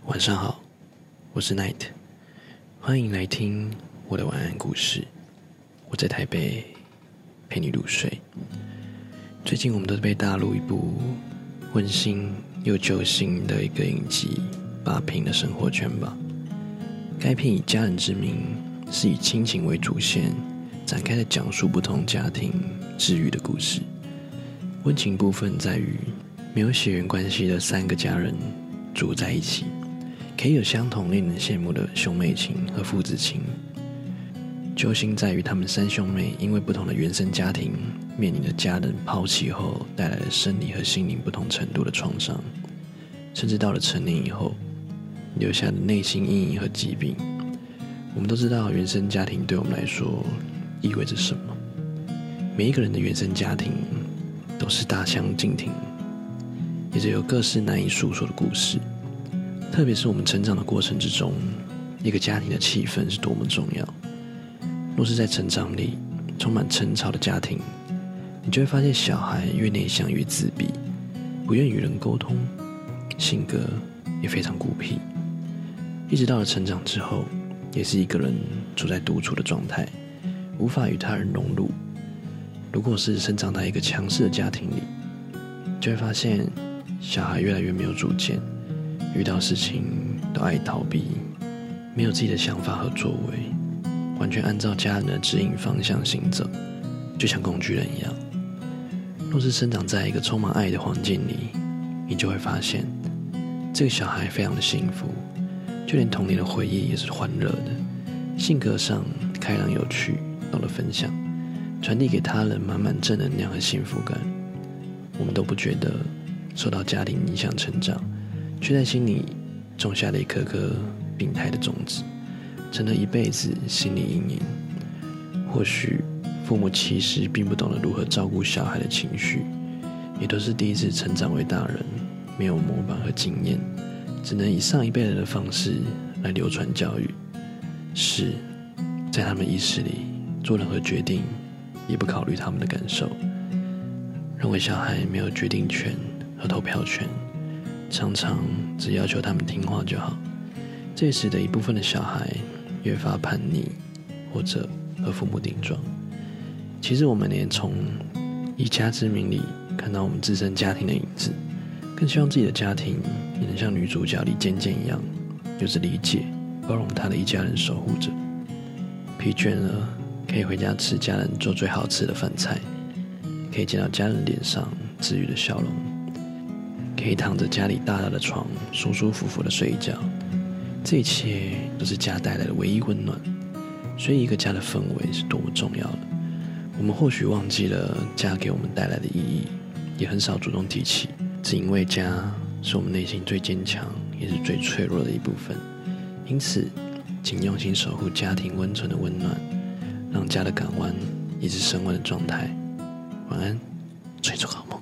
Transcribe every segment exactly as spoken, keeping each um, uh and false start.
晚上好，我是 Night， 欢迎来听我的晚安故事。我在台北陪你入睡。最近我们都被大陆一部温馨又揪心的一个影集霸屏了生活圈吧。该片以家人之名，是以亲情为主线展开的讲述不同家庭治愈的故事。温情部分在于没有血缘关系的三个家人住在一起，可以有相同令人羡慕的兄妹情和父子情。揪心在于他们三兄妹因为不同的原生家庭面临着家人抛弃后带来的生理和心灵不同程度的创伤，甚至到了成年以后留下的内心阴影和疾病。我们都知道原生家庭对我们来说意味着什么，每一个人的原生家庭都是大相径庭，也只有各式难以诉说的故事。特别是我们成长的过程之中，一个家庭的气氛是多么重要。若是在成长里充满争吵的家庭，你就会发现小孩越内向越自闭，不愿与人沟通，性格也非常孤僻。一直到了成长之后，也是一个人处在独处的状态，无法与他人融入。如果是生长在一个强势的家庭里，就会发现小孩越来越没有主见，遇到事情都爱逃避，没有自己的想法和作为，完全按照家人的指引方向行走，就像工具人一样。若是生长在一个充满爱的环境里，你就会发现这个小孩非常的幸福，就连童年的回忆也是欢乐的，性格上开朗有趣，懂得分享，传递给他人满满正能量和幸福感。我们都不觉得受到家庭影响成长，却在心里种下了一颗颗病态的种子，成了一辈子心理阴影。或许父母其实并不懂得如何照顾小孩的情绪，也都是第一次成长为大人，没有模板和经验，只能以上一辈人的方式来流传教育。是在他们意识里做任何决定也不考虑他们的感受，认为小孩没有决定权和投票权，常常只要求他们听话就好。这也使得一部分的小孩越发叛逆，或者和父母顶撞。其实我们连从一家之名里看到我们自身家庭的影子，更希望自己的家庭也能像女主角李尖尖一样，有着理解包容她的一家人守护着。疲倦了可以回家吃家人做最好吃的饭菜，可以见到家人脸上治愈的笑容，可以躺着家里大大的床舒舒服服的睡一觉。这一切都是家带来的唯一温暖。所以一个家的氛围是多么重要的，我们或许忘记了家给我们带来的意义，也很少主动提起，只因为家是我们内心最坚强也是最脆弱的一部分。因此请用心守护家庭温存的温暖，让家的港湾一直升温的状态。晚安，睡出好梦。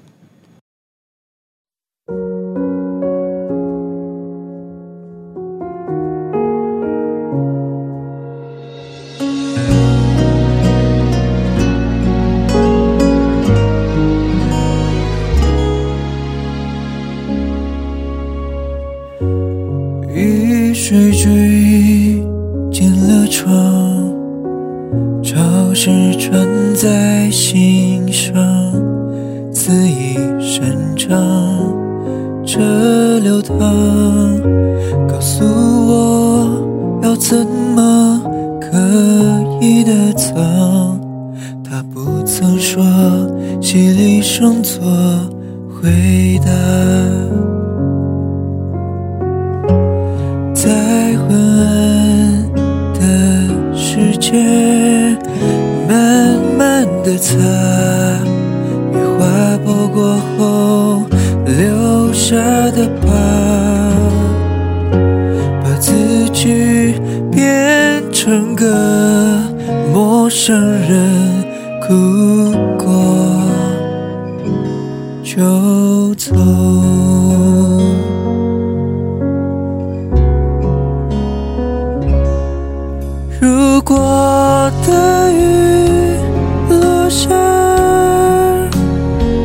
雨水追进了窗，潮湿穿在心上，肆意生长，这流淌告诉我要怎么可以的藏。他不曾说洗礼声作回答，在昏暗的世界慢慢地擦，雨划破过后留下的疤，把自己变成个陌生人，哭过就走。如果的雨落下，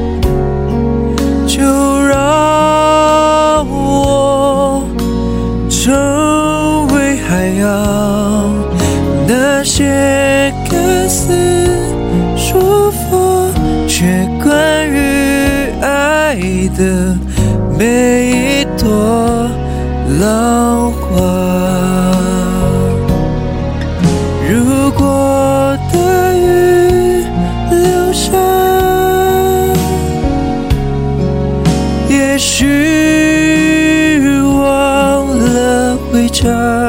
就让我浪花。如果大雨留下，也许忘了回家。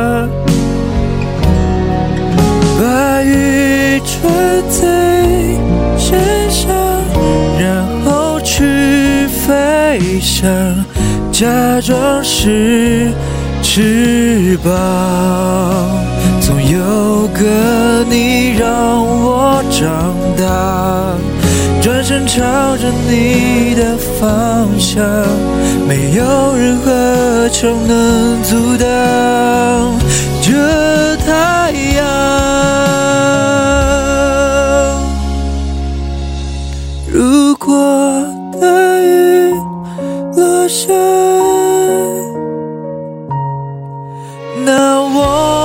把雨穿在身上，然后去飞翔，假装是翅膀。总有个你让我长大，转身朝着你的方向，没有任何墙能阻挡这太阳。如果大雨落下，那我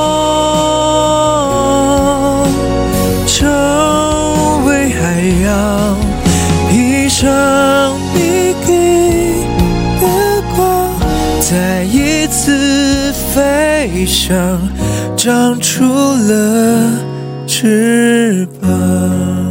成为海洋，披上你给的光，再一次飞翔，长出了翅膀。